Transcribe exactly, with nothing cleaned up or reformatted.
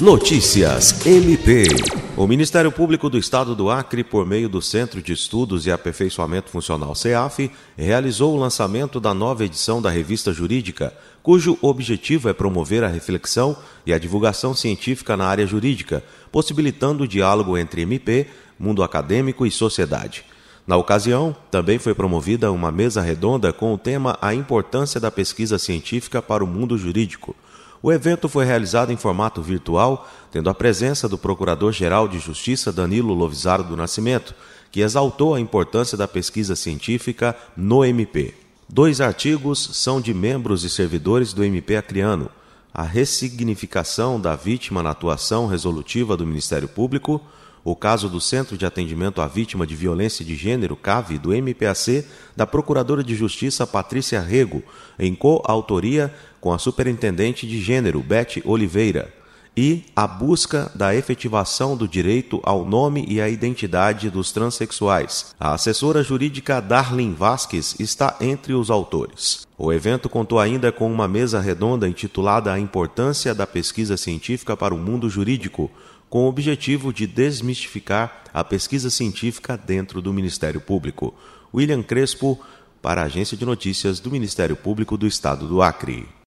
Notícias M P. O Ministério Público do Estado do Acre, por meio do Centro de Estudos e Aperfeiçoamento Funcional CEAF, realizou o lançamento da nova edição da Revista Jurídica, cujo objetivo é promover a reflexão e a divulgação científica na área jurídica, possibilitando o diálogo entre M P, mundo acadêmico e sociedade. Na ocasião, também foi promovida uma mesa redonda com o tema A Importância da Pesquisa Científica para o Mundo Jurídico. O evento foi realizado em formato virtual, tendo a presença do Procurador-Geral de Justiça Danilo Lovisaro do Nascimento, que exaltou a importância da pesquisa científica no M P. Dois artigos são de membros e servidores do M P acreano: a ressignificação da vítima na atuação resolutiva do Ministério Público, o caso do Centro de Atendimento à Vítima de Violência de Gênero, CAVE, do M P A C, da Procuradora de Justiça Patrícia Rego, em coautoria com a Superintendente de Gênero, Beth Oliveira, e a busca da efetivação do direito ao nome e à identidade dos transexuais. A assessora jurídica Darlene Vasques está entre os autores. O evento contou ainda com uma mesa redonda intitulada A Importância da Pesquisa Científica para o Mundo Jurídico, com o objetivo de desmistificar a pesquisa científica dentro do Ministério Público. William Crespo, para a Agência de Notícias do Ministério Público do Estado do Acre.